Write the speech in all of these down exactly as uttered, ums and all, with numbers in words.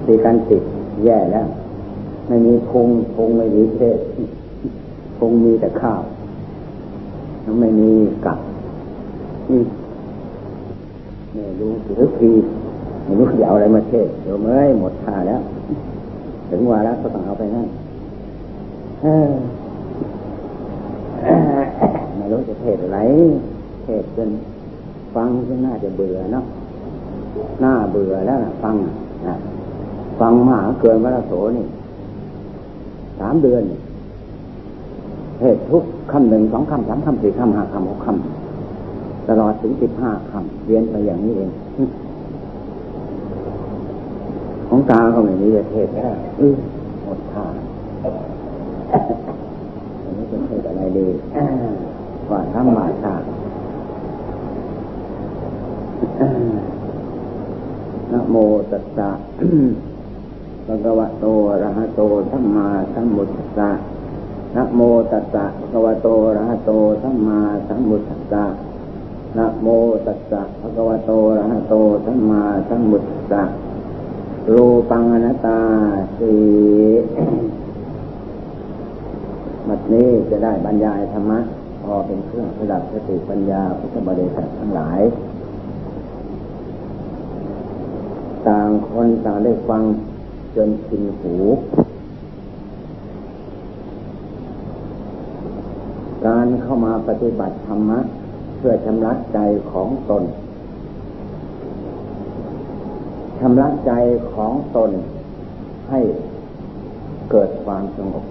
ตีกันติดแย่แล้วไม่มีพุงพุงไม่มีเพศพุงมีแต่ข้าวแล้วไม่มีกับนี่ไม่รู้ถือพีไม่รู้จะเอาอะไรมาเทศเดี๋ยวเมื่อยหมดท่าแล้วถึงว่าแล้วก็ต้องเอาไปนั่นไม่รู้จะเทศอะไรเทศจนฟังจนน่าจะเบื่อเนาะน่าเบื่อแล้วนะฟังนะฟังมากเกินวัฏโสนี่สามเดือนเทศทุกคำหนึ่งสองคำสามคำสี่คำห้าคำหกคำตลอดถึงสิบห้าคำเรียนไปอย่างนี้เองของตาเขาไม่มีเทศแล้วหมดท่าอันนี้เป็นเทศอะไรดีว่าธรรมะชานะโมตัสสะภะคะวะโตอะระหะโตสัมมาสัมพุทธัสสะนะโมตัสสะภะคะวะโตอะระหะโตสัมมาสัมพุทธัสสะนะโมตัสสะภะคะวะโตอะระหะโตสัมมาสัมพุทธัสสะรูปังอนัตตาสีบัดนี้จะได้บรรยายธรรมะพอเป็นเครื่องประดับสติปัญญาพุทธบริษัททั้งหลายต่างคนต่างได้ฟังจนชินหูการเข้ามาปฏิบัติธรรมะเพื่อชำระใจของตนชำระใจของตนให้เกิดความสงบ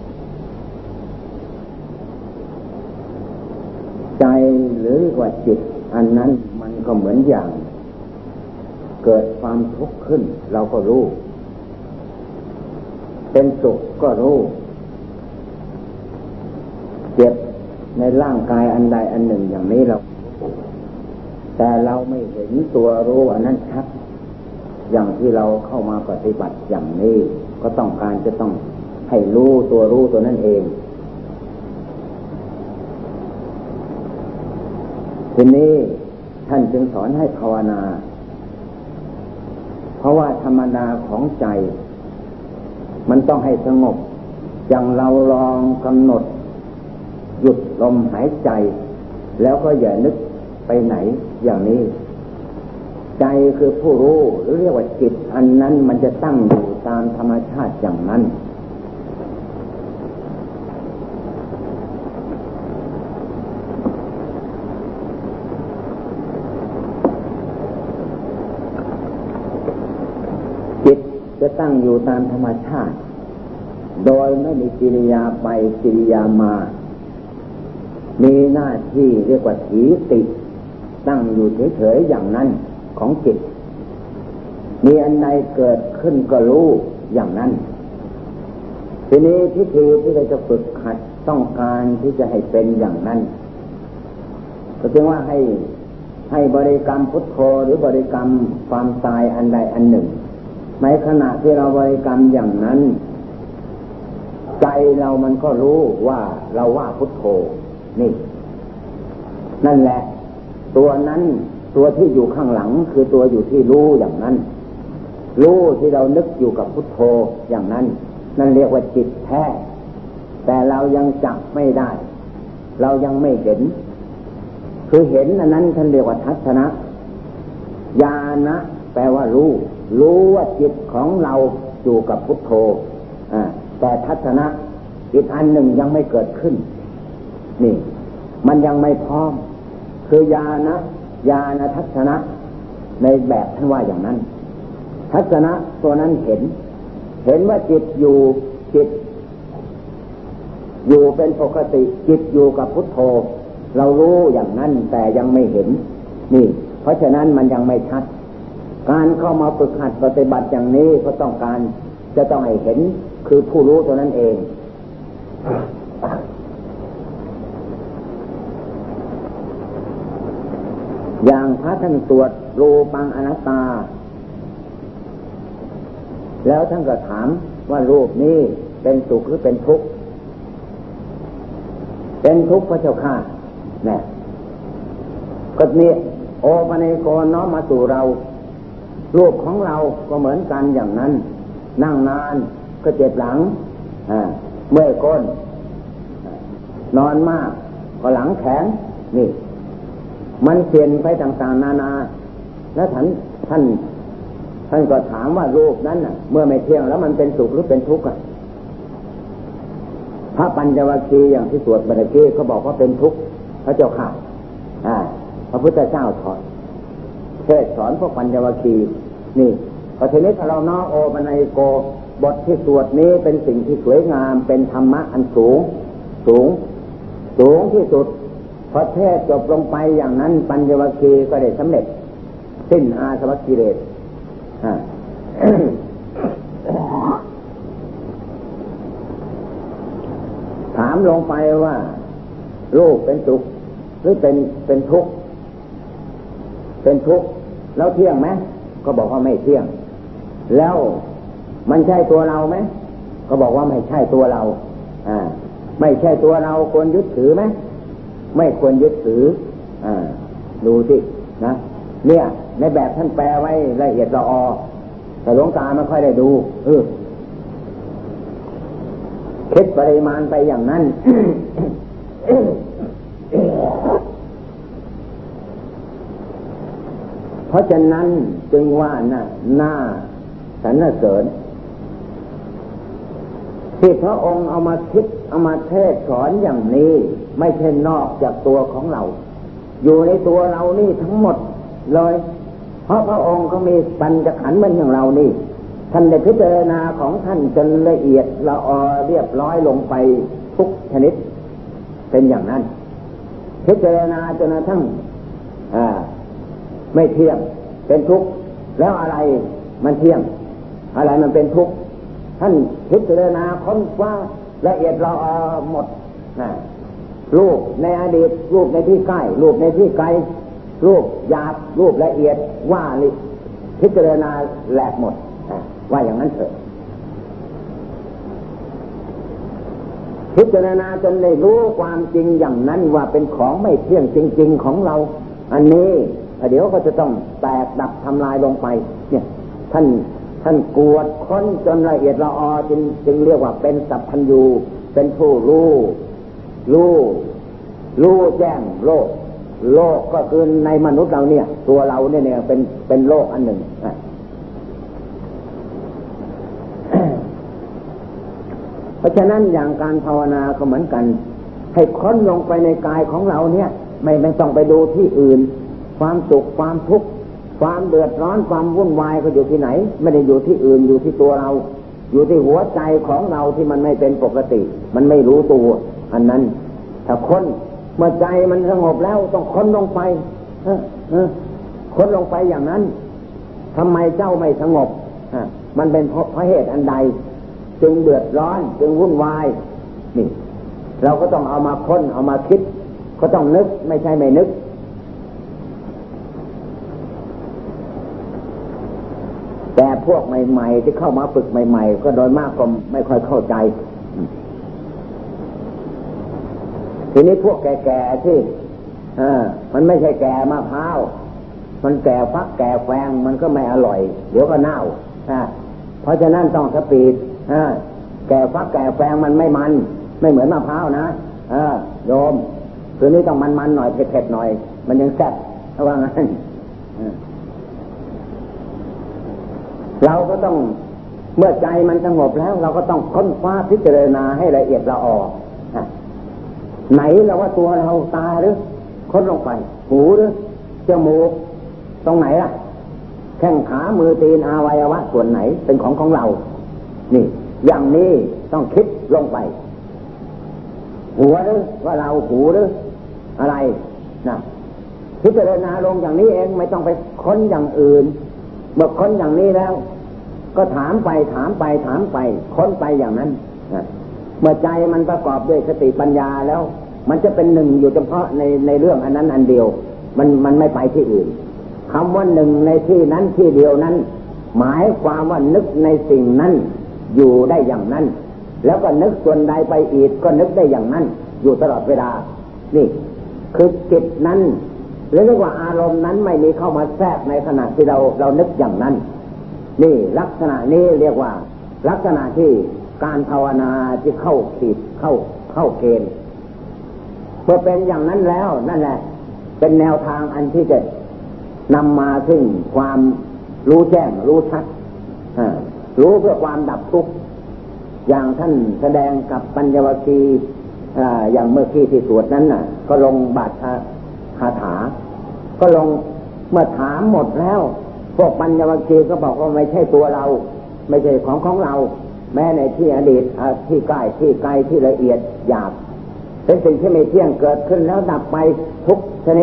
ใจหรือว่าจิตอันนั้นมันก็เหมือนอย่างเกิดความทุกข์ขึ้นเราก็รู้เป็นสุขก็รู้เจ็บในร่างกายอันใดอันหนึ่งอย่างนี้เราแต่เราไม่เห็นตัวรู้อันนั้นชัดอย่างที่เราเข้ามาปฏิบัติอย่างนี้ก็ต้องการจะต้องให้รู้ตัวรู้ตัวนั้นเองทีนี้ท่านจึงสอนให้ภาวนาเพราะว่าธรรมดาของใจมันต้องให้สงบอย่างเราลองกำหนดหยุดลมหายใจแล้วก็อย่านึกไปไหนอย่างนี้ใจคือผู้รู้หรือเรียกว่าจิตอันนั้นมันจะตั้งอยู่ตามธรรมชาติอย่างนั้นจิตจะตั้งอยู่ตามธรรมชาติโดยไม่มีกิริยาไปกิริยามามีหน้าที่เรียกว่าถีติตั้งอยู่เฉยๆอย่างนั้นของจิตมีอันใดเกิดขึ้นก็รู้อย่างนั้นทีนี้พิธีที่เราจะฝึกหัดต้องการที่จะให้เป็นอย่างนั้นก็จึงว่าให้ให้บริกรรมพุทโธหรือบริกรรมความตายอันใดอันหนึ่งในขณะที่เราบริกรรมอย่างนั้นใจเรามันก็รู้ว่าเราว่าพุทโธนี่นั่นแหละตัวนั้นตัวที่อยู่ข้างหลังคือตัวอยู่ที่รู้อย่างนั้นรู้ที่เรานึกอยู่กับพุทโธอย่างนั้นนั่นเรียกว่าจิตแท้แต่เรายังจับไม่ได้เรายังไม่เห็นคือเห็นอันนั้นท่านเรียกว่าทัศนะญาณะแปลว่ารู้รู้ว่าจิตของเราอยู่กับพุทโธอ่าแต่ทัศนะอีกอันหนึ่งยังไม่เกิดขึ้นนี่มันยังไม่พร้อมคือญาณะญาณทัศนะในแบบท่านว่าอย่างนั้นทัศนะตัวนั้นเห็นเห็นว่าจิตอยู่จิตอยู่เป็นปกติจิตอยู่กับพุทโธเรารู้อย่างนั้นแต่ยังไม่เห็นนี่เพราะฉะนั้นมันยังไม่ชัดการเข้ามาฝึกหัดปฏิบัติอย่างนี้ก็ต้องการจะต้องให้เห็นคือผู้รู้ตัวนั้นเองอย่างพระท่านตรวจรูปังอนัตตาแล้วท่านก็ถามว่ารูปนี้เป็นสุขหรือเป็นทุกข์เป็นทุกข์พระเจ้าข้าเนี่ยก็นี่โอปะเนโกน้อมมาสู่เรารูปของเราก็เหมือนกันอย่างนั้นนั่งนานก็เจ็บหลังเมื่อยก้นนอนมากก็หลังแข็งนี่มันเปลี่ยนไปต่างๆนานาแล้วท่านท่านท่านก็ถามว่ารูปนั้นน่ะเมื่อไม่เที่ยงแล้วมันเป็นสุขหรือเป็นทุกข์อ่ะพระปัญจวัคคีย์อย่างที่สวดเมื่อกี้เขาบอกว่าเป็นทุกข์พระเจ้าค่ะอ่าพระพุทธเจ้าสอนเทศสอนพวกปัญจวัคคีย์นี่พอทีนี้ถ้าเราน้อโอปนัยโกบทที่สวดนี้เป็นสิ่งที่สวยงามเป็นธรรมะอันสูงสูงสูงที่สุดพอเทศจบลงไปอย่างนั้นปัญจวัคคีย์ก็ได้สำเร็จสิ้นอาสวะกิเลสถามลงไปว่ารูปเป็นสุขหรือเป็นเป็นทุกข์เป็นทุกข์แล้วเที่ยงไหมก็บอกว่าไม่เที่ยงแล้วมันใช่ตัวเราไหมก็บอกว่าไม่ใช่ตัวเราอ่าไม่ใช่ตัวเราควรยึดถือไหมไม่ควรยึดถืออ่าดูสินะเนี่ยในแบบท่านแปลไว้ละเอียดละออแต่หลวงตาไม่ค่อยได้ดูเออคิดปริมาณไปอย่างนั้น เพราะฉะนั้นจึงว่าน่ะหน้าสรรเสริญที่พระองค์เอามาคิดเอามาเทศสอนอย่างนี้ไม่ใช่นอกจากตัวของเราอยู่ในตัวเรานี่ทั้งหมดเลยเพราะพระองค์เขามีปัญจขันธ์เหมือนอย่างเรานี่ท่านได้พิจารณาของท่านจนละเอียดละออเรียบร้อยลงไปทุกชนิดเป็นอย่างนั้นพิจารณาจนกระทั่งอ่าไม่เที่ยงเป็นทุกข์แล้วอะไรมันเที่ยงอะไรมันเป็นทุกข์ท่านพิจารณาค้นคว้าละเอียดละออหมดนะรูปในอดีตรูปในที่ใกล้รูปในที่ไกลรูปหยาบรูปละเอียดว่าพิจารณาแหลกหมดว่าอย่างนั้นเถอะพิจารณาจนได้รู้ความจริงอย่างนั้นว่าเป็นของไม่เที่ยงจริงๆของเราอันนี้เดี๋ยวก็จะต้องแตกดับทำลายลงไปเนี่ยท่านท่านกวดค้นจนละเอียดละออจึงจึงเรียกว่าเป็นสัพพัญญูเป็นผู้รู้รู้รู้แจ้งโลกโลกก็คือในมนุษย์เราเนี่ยตัวเราเนี่ยเนี่ยเป็นเป็นโลกอันหนึ่งเพราะฉะนั้นอย่างการภาวนาก็เหมือนกันให้ค้นลงไปในกายของเราเนี่ยไม่ไม่ต้องไปดูที่อื่นความสุขความทุกข์ความเดือดร้อนความวุ่นวายก็อยู่ที่ไหนไม่ได้อยู่ที่อื่นอยู่ที่ตัวเราอยู่ที่หัวใจของเราที่มันไม่เป็นปกติมันไม่รู้ตัวอันนั้นถ้าค้นเมื่อใจมันสงบแล้วต้องค้นลงไปเออเออค้นลงไปอย่างนั้นทำไมเจ้าไม่สงบมันเป็นเพราะเหตุอันใดจึงเดือดร้อนจึงวุ่นวายนี่เราก็ต้องเอามาค้นเอามาคิดก็ต้องนึกไม่ใช่ไม่นึกแต่พวกใหม่ๆที่เข้ามาฝึกใหม่ๆก็โดยมากก็ไม่ค่อยเข้าใจทีนี้พวกแก่ๆที่เออมันไม่ใช่แก่มะพร้าวมันแก่ฟักแก่แฟงมันก็ไม่อร่อยเดี๋ยวก็เน่าอ่าเพราะฉะนั้นต้องสปีดอ่าแก่ฟักแก่แฟงมันไม่มันไม่เหมือนมะพร้าวนะเออโยมคืนนี้ต้องมันๆหน่อยเผ็ดๆหน่อยมันยังแซ่บระวังงั้นเราก็ต้องเมื่อใจมันสงบแล้วเราก็ต้องค้นคว้าพิจารณาให้ละเอียดละออไหนเราว่าตัวเราตาหรือค้นลงไปหูหรือจมูกตรงไหนล่ะแข้งขามือตีนอวัยวะส่วนไหนเป็นของของเรานี่อย่างนี้ต้องคิดลงไปหัวหรือว่าเราหูหรืออะไรนะพิจารณาลงอย่างนี้เองไม่ต้องไปค้นอย่างอื่นเมื่อค้นอย่างนี้แล้วก็ถามไปถามไปถามไปค้นไปอย่างนั้นเมื่อใจมันประกอบด้วยสติปัญญาแล้วมันจะเป็นหนึ่งอยู่เฉพาะในในเรื่องอันนั้นอันเดียวมันมันไม่ไปที่อื่นคำว่าหนึ่งในที่นั้นที่เดียวนั้นหมายความว่านึกในสิ่งนั้นอยู่ได้อย่างนั้นแล้วก็นึกส่วนใดไปอีกก็นึกได้อย่างนั้นอยู่ตลอดเวลานี่คือจิตนั้นหรือเรียกว่าอารมณ์นั้นไม่มีเข้ามาแทรกในขณะที่เราเรานึกอย่างนั้นนี่ลักษณะนี้เรียกว่าลักษณะที่การภาวนาที่เข้าขีดเข้าเข้าเกณฑ์เมื่อเป็นอย่างนั้นแล้วนั่นแหละเป็นแนวทางอันที่จะนำมาซึ่งความรู้แจ้งรู้ชัดรู้เพื่อความดับทุกข์อย่างท่านแสดงกับปัญญวคีอย่างเมื่อกี้ที่สวดนั้นน่ะก็ลงบาทคาถาก็ลงเมื่อถามหมดแล้วพวกปัญญวคีก็บอกว่าไม่ใช่ตัวเราไม่ใช่ของของเราแม้ในที่อดีตที่ใกล้ที่ไกลที่ละเอียดหยาบเป็นสิ่งที่ไม่เที่ยงเกิดขึ้นแล้วดับไปทุกชนิด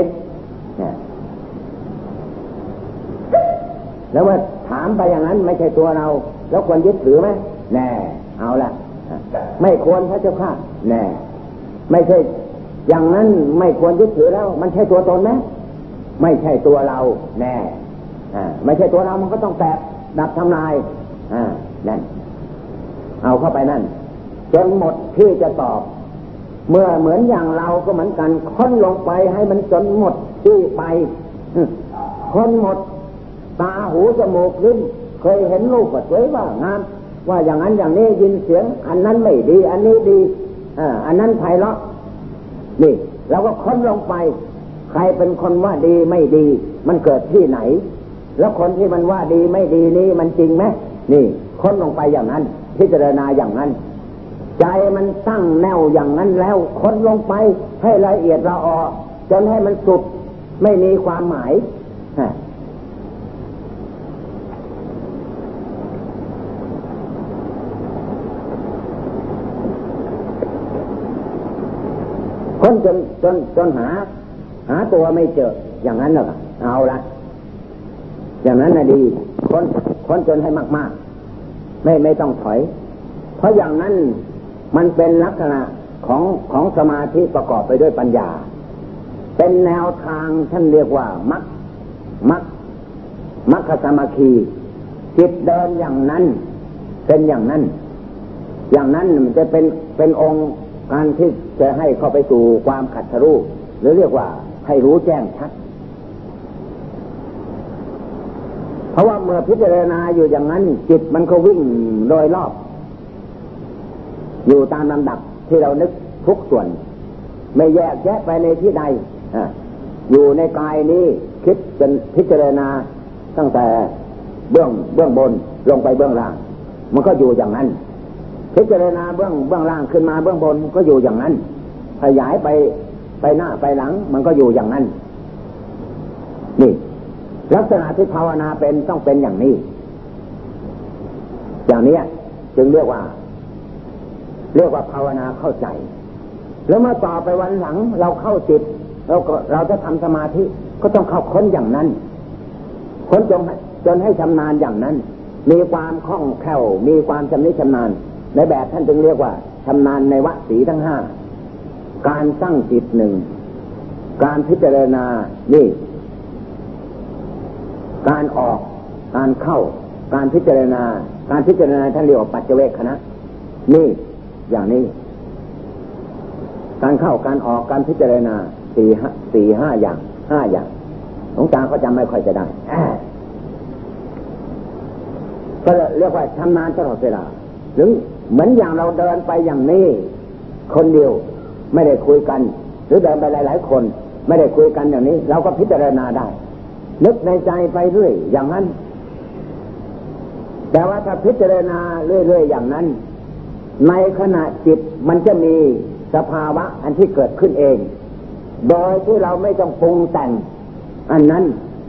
แล้วว่าถามไปอย่างนั้นไม่ใช่ตัวเราแล้วควรยึดถือไหมแน่เอาละไม่ควรพระเจ้าค่ะแน่ไม่ใช่อย่างนั้นไม่ควรยึดถือแล้วมันใช่ตัวตนไหมไม่ใช่ตัวเราแน่ไม่ใช่ตัวเรามันก็ต้องแตกดับทำลายอ่านั่นเอาเข้าไปนั่นจนหมดที่จะตอบเมื่อเหมือนอย่างเราก็เหมือนกันค้นลงไปให้มันจนหมดที่ไปค้นหมดตาหูจมูกลิ้นเคยเห็นรูปก็สวยว่างามว่าอย่างนั้นอย่างนี้ยินเสียงอันนั้นไม่ดีอันนี้ดีอ่าอันนั้นไพเราะนี่เราก็ค้นลงไปใครเป็นคนว่าดีไม่ดีมันเกิดที่ไหนแล้วคนที่มันว่าดีไม่ดีนี้มันจริงไหมนี่ค้นลงไปอย่างนั้นพิจารณาอย่างนั้นใจมันตั้งแนวอย่างนั้นแล้วค้นลงไปให้ละเอียดละออจนให้มันสุดไม่มีความหมายค้นจนจนจนหาหาตัวไม่เจออย่างนั้นหรอกเอาละอย่างนั้นน่ะดีค้นค้นจนให้มากๆไม่ไม่ต้องถอยเพราะอย่างนั้นมันเป็นลักษณะของของสมาธิประกอบไปด้วยปัญญาเป็นแนวทางท่านเรียกว่ามัคมัคมัคคสมาธิจิตเดินอย่างนั้นเป็นอย่างนั้นอย่างนั้นมันจะเป็นเป็นองค์การที่จะให้เข้าไปสู่ความขัดทะลุหรือเรียกว่าให้รู้แจ้งชัดเพราะว่าเมื่อพิจารณาอยู่อย่างนั้นจิตมันก็วิ่งโดยรอบอยู่ตามลำดับที่เรานึกทุกส่วนไม่แยกแยะไปในที่ใดอ่ะอยู่ในกายนี้คิดจนพิจารณาตั้งแต่เบื้องเบื้องบนลงไปเบื้องล่างมันก็อยู่อย่างนั้นพิจารณาเบื้องเบื้องล่างขึ้นมาเบื้องบนก็อยู่อย่างนั้นขยายไปไปหน้าไปหลังมันก็อยู่อย่างนั้นนี่ลักษณะที่ภาวนาเป็นต้องเป็นอย่างนี้อย่างนี้จึงเรียกว่าเรียกว่าภาวนาเข้าใจแล้วเมื่อต่อไปวันหลังเราเข้าจิตเราก็เราจะทำสมาธิก็ต้องเข้าค้นอย่างนั้นค้นจนจนให้ชำนาญอย่างนั้นมีความคล่องแคล่วมีความชำนิชำนาญในแบบท่านจึงเรียกว่าชำนาญในวสีทั้งห้าการตั้งจิตหนึ่งการพิจารณานี่การออกการเข้าการพิจารณาการพิจารณาท่านเรียกว่าปัจเจเวคขณะนี่อย่างนี้การเข้าการออกการพิจารณาสี่ห้าสี่ห้าอย่างห้าอย่างหลวงตาก็จำไม่ค่อยจะได้ก็เรียกว่าชำนาญตลอดเวลาหรือเหมือนอย่างเราเดินไปอย่างนี้คนเดียวไม่ได้คุยกันหรือเดินไปหลายๆคนไม่ได้คุยกันอย่างนี้เราก็พิจารณาได้นึกในใจไปเรื่อยอย่างนั้นแต่ว่าถ้าพิจารณาเรื่อยๆอย่างนั้นในขณะจิตมันจะมีสภาวะอันที่เกิดขึ้นเองโดยที่เราไม่ต้องปรุงแต่งอันนั้น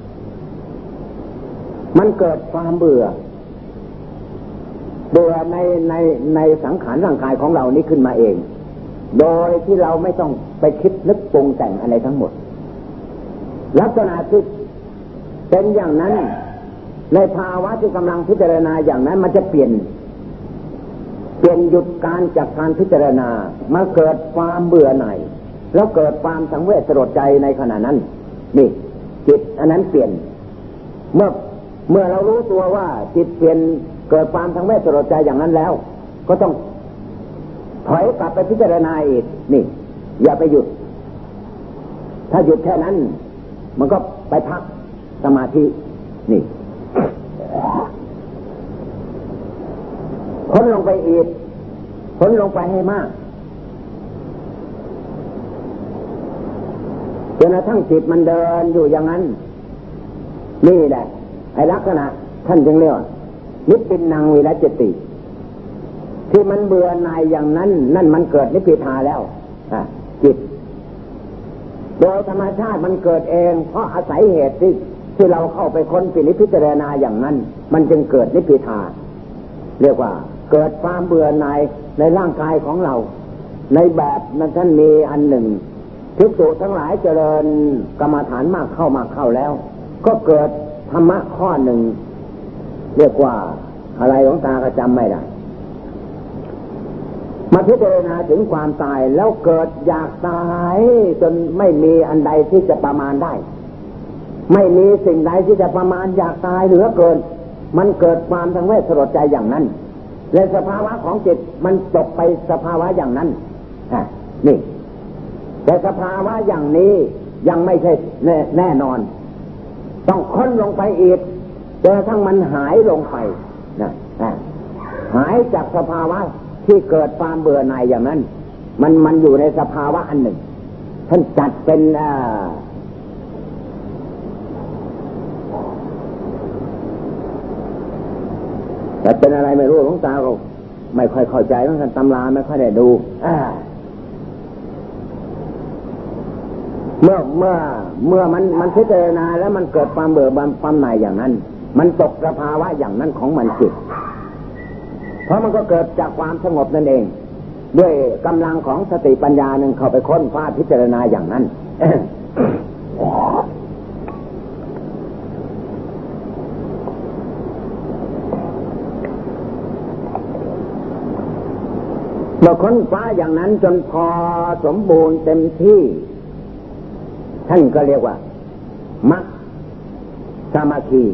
มันเกิดความเบื่อเบื่อในในในสังขารร่างกายของเรานี้ขึ้นมาเองโดยที่เราไม่ต้องไปคิดนึกปรุงแต่งอะไรทั้งหมดลักษณะที่เป็นอย่างนั้นในภาวะที่กำลังพิจารณาอย่างนั้นมันจะเปลี่ยนเปลี่ยนหยุดการจากการพิจารณามาเกิดความเบื่อหน่ายแล้วเกิดความสังเวชสลดใจในขณะนั้นนี่จิตอันนั้นเปลี่ยนเมื่อเมื่อเรารู้ตัวว่าจิตเปลี่ยนเกิดความสังเวชสลดใจอย่างนั้นแล้วก็ต้องถอยกลับไปพิจารณาอีกนี่อย่าไปหยุดถ้าหยุดแค่นั้นมันก็ไปพักสมาธินี่ลงไปอีกค้นลงไปให้มากจนกระทั่งจิตมันเดินอยู่อย่างนั้นนี่แหละไอ้ลักษณะท่านจึงเรียกว่านิพพินังวิรัจจติที่มันเบื่อหน่ายอย่างนั้นนั่นมันเกิดนิพพิทาแล้วจิตโดยธรรมชาติมันเกิดเองเพราะอาศัยเหตุที่ที่เราเข้าไปค้นพิจารณาอย่างนั้นมันจึงเกิดนิพพิทาเรียกว่าเกิดความเบื่อหน่ายในร่างกายของเราในแบบนั้นท่านมีอันหนึ่งภิกษุทั้งหลายเจริญกรรมฐานมากเข้ามากเข้าแล้วก็เกิดธรรมะข้อหนึ่งเรียกว่าอะไรหลวงตาก็จำไม่ได้มาพิจารณาถึงความตายแล้วเกิดอยากตายจนไม่มีอันใดที่จะประมาณได้ไม่มีสิ่งใดที่จะประมาณอยากตายเหลือเกินมันเกิดความสังเวชสลดใจอย่างนั้นและสภาวะของจิตมันตกไปสภาวะอย่างนั้นอ่ะนี่แต่สภาวะอย่างนี้ยังไม่ใช่แน่แน่นอนต้องค้นลงไปอีกจนกระทั่งมันหายลงไปนะหายจากสภาวะที่เกิดความเบื่อหน่ายอย่างนั้นมันมันอยู่ในสภาวะอันหนึ่งท่านจัดเป็นอ่าแต่เป็นอะไรไม่รู้หลวงตาก็ไม่ค่อยเข้าใจเหมือนกันตำราไม่ค่อยได้ดูเมื่อเมื่อเมื่อมันมันพิจารณาแล้วมันเกิดความเบื่อความหน่ายอย่างนั้นมันตกสภาวะอย่างนั้นของมันจิตเพราะมันก็เกิดจากความสงบนั่นเองด้วยกำลังของสติปัญญาหนึ่งเข้าไปค้นคว้าพิจารณาอย่างนั้น เมื่อค้นคว้าอย่างนั้นจนพอสมบูรณ์เต็มที่ท่านก็เรียกว่ามรรคสามัคคี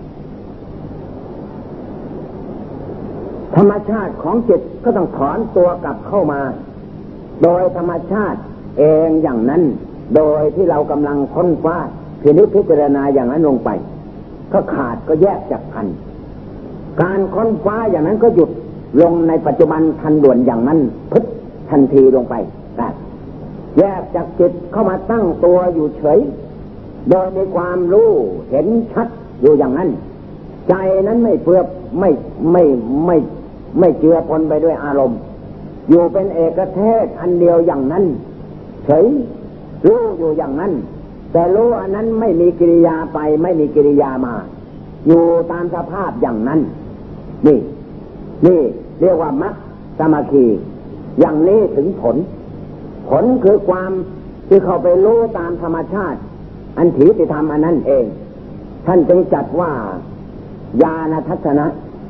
ธรรมชาติของจิตก็ต้องถอนตัวกลับเข้ามาโดยธรรมชาติเองอย่างนั้นโดยที่เรากำลังค้นคว้าพินิจพิจารณาอย่างนั้นลงไปก็ขาดก็แยกจากกันการค้นคว้าอย่างนั้นก็หยุดลงในปัจจุบันทันด่วนอย่างนั้นพึบทันทีลงไปแยกจากจิตเข้ามาตั้งตัวอยู่เฉยโดยมีความรู้เห็นชัดอยู่อย่างนั้นใจนั้นไม่เปื้อนไม่ไม่ไม่ไม่เจือปนไปด้วยอารมณ์อยู่เป็นเอกเทศอันเดียวอย่างนั้นเฉยรู้อยู่อย่างนั้นแต่รู้อันนั้นไม่มีกิริยาไปไม่มีกิริยามาอยู่ตามสภาพอย่างนั้นนี่นี่เรียกว่ามรรคสามัคคีอย่างนี้ถึงผลผลคือความที่เข้าไปรู้ตามธรรมชาติอันถีติธรรมอันนั้นเองท่านจึงจัดว่าญาณทัศนะ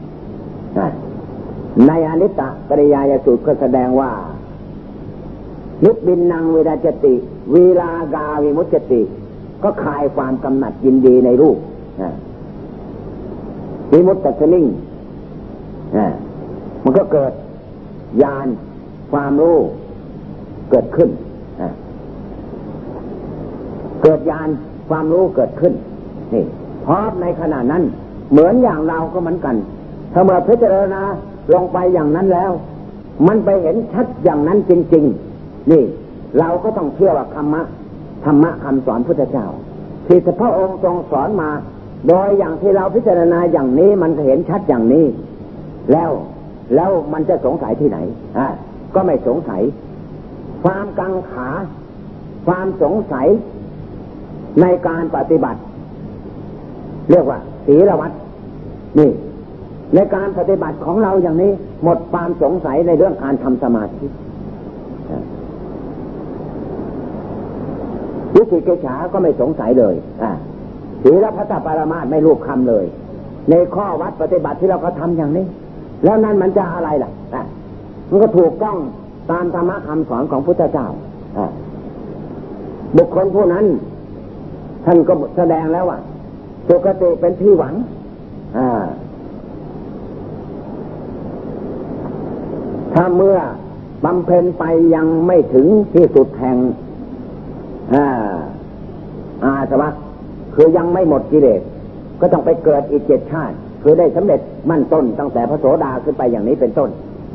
ในอนิตตกริยายสูตรก็แสดงว่านิพพินังวิรัจจติวีรากาวิมุตติก็คลายความกำหนัดยินดีในรูปวิมุตติสนิ่งมันก็เกิดญาณความรู้เกิดขึ้นเกิดญาณความรู้เกิดขึ้นนี่เพราะในขณะนั้นเหมือนอย่างเราก็เหมือนกันถ้าเมื่อพิจารณาลงไปอย่างนั้นแล้วมันไปเห็นชัดอย่างนั้นจริงๆนี่เราก็ต้องเชื่อว่าธรรมะธรรมะคำสอนพุทธเจ้าที่พระองค์ทรงสอนมาโดยอย่างที่เราพิจารณาอย่างนี้มันเห็นชัดอย่างนี้แล้วแล้วมันจะสงสัยที่ไหนอ่ะก็ไม่สงสัยความกังขาความสงสัยในการปฏิบัติเรียกว่าศีลวัตรนี่ในการปฏิบัติของเราอย่างนี้หมดความสงสัยในเรื่องการทำสมาธิวิจิกิจฉาก็ไม่สงสัยเลยอ่าศีลพัตตปรมาสไม่รูปคำเลยในข้อวัดปฏิบัติที่เราก็ทำอย่างนี้แล้วนั่นมันจะอะไรล่ะอ่ะมันก็ถูกต้องตามธรรมะคำสอนของพุทธเจ้าอ่าบุคคลผู้นั้นท่านก็แสดงแล้วว่าสุคติเป็นที่หวังอ่าถ้าเมื่อบำเพ็ญไปยังไม่ถึงที่สุดแห่งอาอาสวะคือยังไม่หมดกิเลสก็ต้องไปเกิดอีกเจ็ดชาติคือได้สำเร็จมั่นต้นตั้งแต่พระโสดาขึ้นไปอย่างนี้เป็นต้น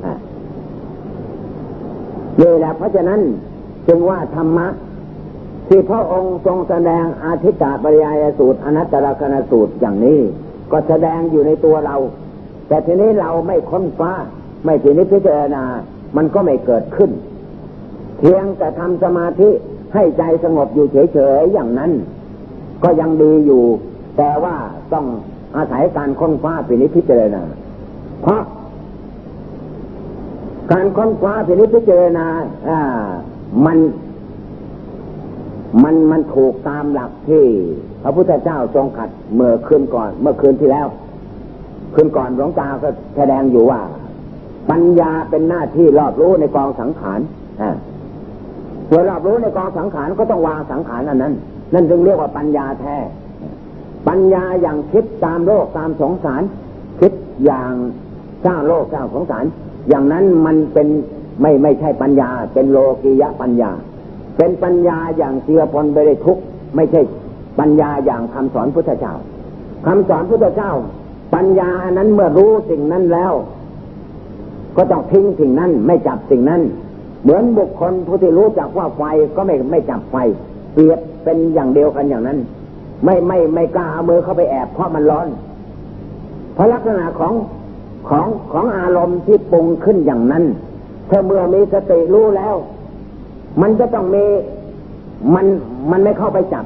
นี่แหละเพราะฉะนั้นจึงว่าธรรมะที่พระองค์ทรงแสดงอาทิตตปริยายสูตรอนัตตลกนสูตรอย่างนี้ก็แสดงอยู่ในตัวเราแต่ทีนี้เราไม่ค้นคว้าไม่พินิจพิจารณามันก็ไม่เกิดขึ้นเพียงแต่ทำสมาธิให้ใจสงบอยู่เฉยๆอย่างนั้นก็ยังดีอยู่แต่ว่าต้องอาศัยการค้นคว้าพินิจพิจารณาเพราะการค้นคว้าพินิจพิจารณาอ่ามันมันมันถูกตามหลักที่พระพุทธเจ้าทรงขัดเมื่อคืนก่อนเมื่อคืนที่แล้วคืนก่อนหลวงตาก็แสดงอยู่ว่าปัญญาเป็นหน้าที่รอบรู้ในกองสังขารอ่าเมื่อรอบรู้ในกองสังขารก็ต้องวางสังขารอันนั้นนั่นจึงเรียกว่าปัญญาแท้ปัญญาอย่างคิดตามโลกตามสงสารคิดอย่างสร้างโลกสร้างสงสารอย่างนั้นมันเป็นไม่ไม่ใช่ปัญญาเป็นโลกียะปัญญาเป็นปัญญาอย่างเจือปนไปด้วยทุกข์ไม่ใช่ปัญญาอย่างคำสอนพุทธเจ้าคำสอนพุทธเจ้าปัญญาอันนั้นเมื่อรู้สิ่งนั้นแล้วก็ต้องทิ้งสิ่งนั้นไม่จับสิ่งนั้นเหมือนบุคคลผู้ที่รู้จักว่าไฟก็ไม่ไม่จับไฟเปรียบเป็นอย่างเดียวกันอย่างนั้นไม่ไม่ไม่กล้าเอามือเข้าไปแอบเพราะมันร้อนเพราะลักษณะของของของอารมณ์ที่ปรุงขึ้นอย่างนั้นถ้าเมื่อมีสติรู้แล้วมันจะต้องมีมันมันไม่เข้าไปจับ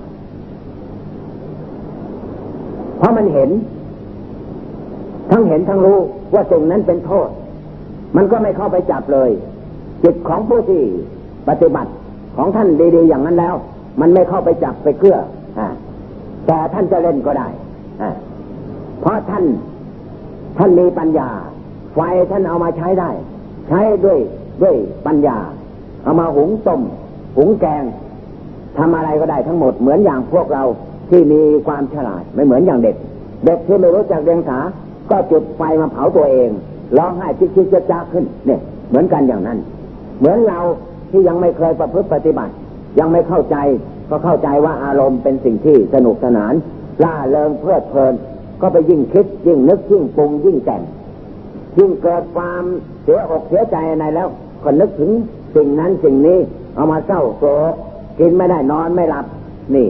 เพราะมันเห็นทั้งเห็นทั้งรู้ว่าสิ่งนั้นเป็นโทษมันก็ไม่เข้าไปจับเลยจิตของผู้ที่ปฏิบัติของท่านดีๆอย่างนั้นแล้วมันไม่เข้าไปจับไปเกื้อแต่ท่านจะเล่นก็ได้เพราะท่านท่านมีปัญญาไฟท่านเอามาใช้ได้ใช้ด้วยด้วยปัญญาเอามาหุงต้มหุงแกงทำอะไรก็ได้ทั้งหมดเหมือนอย่างพวกเราที่มีความฉลาดไม่เหมือนอย่างเด็กเด็กที่ไม่รู้จักเรียงสาก็จุดไฟมาเผาตัวเองร้องไห้ชิกๆจ๊ะๆขึ้นเนี่ยเหมือนกันอย่างนั้นเหมือนเราที่ยังไม่เคยประพฤติปฏิบัติยังไม่เข้าใจก็เข้าใจว่าอารมณ์เป็นสิ่งที่สนุกสนานล่าเริงเพลิดเพลินก็ไปยิ่งคิดยิ่งนึกยิ่งปรุงยิ่งแต่งยิ่งเกิดความเสียอกเสียใจในแล้วก็นึกถึงสิ่งนั้นสิ่งนี้เอามาเศร้าโศกกินไม่ได้นอนไม่หลับนี่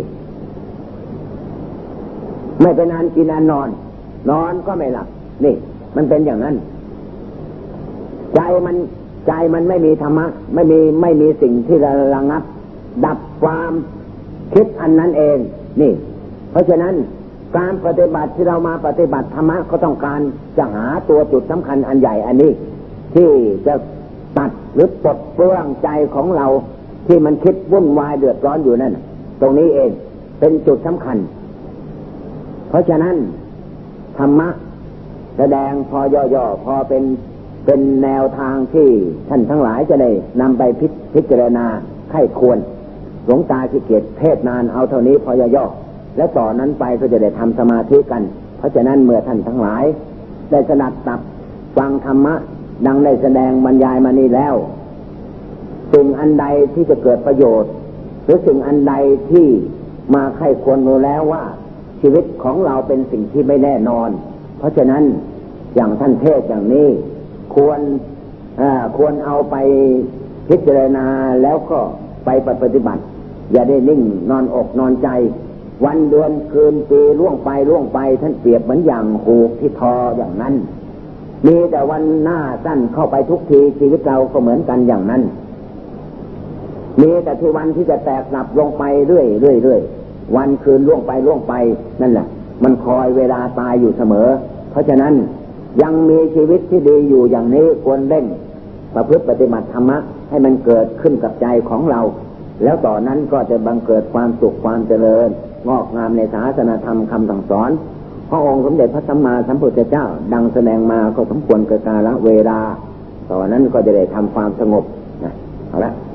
ไม่เป็นอันกินอันนอนนอนก็ไม่หลับนี่มันเป็นอย่างนั้นใจมันใจมันไม่มีธรรมะไม่มีไม่มีสิ่งที่ระงับดับความคิดอันนั้นเองนี่เพราะฉะนั้นการปฏิบัติที่เรามาปฏิบัติธรรมะก็ต้องการจะหาตัวจุดสำคัญอันใหญ่อันนี้ที่จะตัดหรือปลดเปลื้องใจของเราที่มันคิดวุ่นวายเดือดร้อนอยู่นั่นตรงนี้เองเป็นจุดสำคัญเพราะฉะนั้นธรรมะแสดงพอย่อๆพอเป็นเป็นแนวทางที่ท่านทั้งหลายจะได้นำไปพิพิจารณาไข้ควรหลวงตาขี้เกียจเทศนานเอาเท่านี้พอย่อๆและต่อนนั้นไปก็จะได้ทำสมาธิกันเพราะฉะนั้นเมื่อท่านทั้งหลายได้สดับตับฟังธรรมะดังได้แสดงบรรยายมานี้แล้วสิ่งอันใดที่จะเกิดประโยชน์หรือสิ่งอันใดที่มาไข้ควรรู้แล้วว่าชีวิตของเราเป็นสิ่งที่ไม่แน่นอนเพราะฉะนั้นอย่างท่านเทศอย่างนี้ควรควรเอาไปพิจารณาแล้วก็ไปปฏิบัติอย่าได้นิ่งนอนอกนอนใจวันเดือนคืนปีล่วงไปล่วงไปท่านเปรียบเหมือนอย่างหูกที่ทออย่างนั้นมีแต่วันหน้าสั้นเข้าไปทุกทีชีวิตเราก็เหมือนกันอย่างนั้นมีแต่ที่วันที่จะแตกดับลงไปเรื่อยเรื่อยเรื่อยวันคืนล่วงไปล่วงไปนั่นแหละมันคอยเวลาตายอยู่เสมอเพราะฉะนั้นยังมีชีวิตที่ดีอยู่อย่างนี้ควรเร่งประพฤติปฏิบัติธรรมะให้มันเกิดขึ้นกับใจของเราแล้วต่อนั้นก็จะบังเกิดความสุขความเจริญงอกงามในศาสนธรรมคำสั่งสอนพระองค์สมเด็จพระสัมมาสัมพุทธเจ้าดังแสดงมาก็สมควรกับกาลเวลาต่อนั้นก็จะได้ทำความสงบนะเอาละ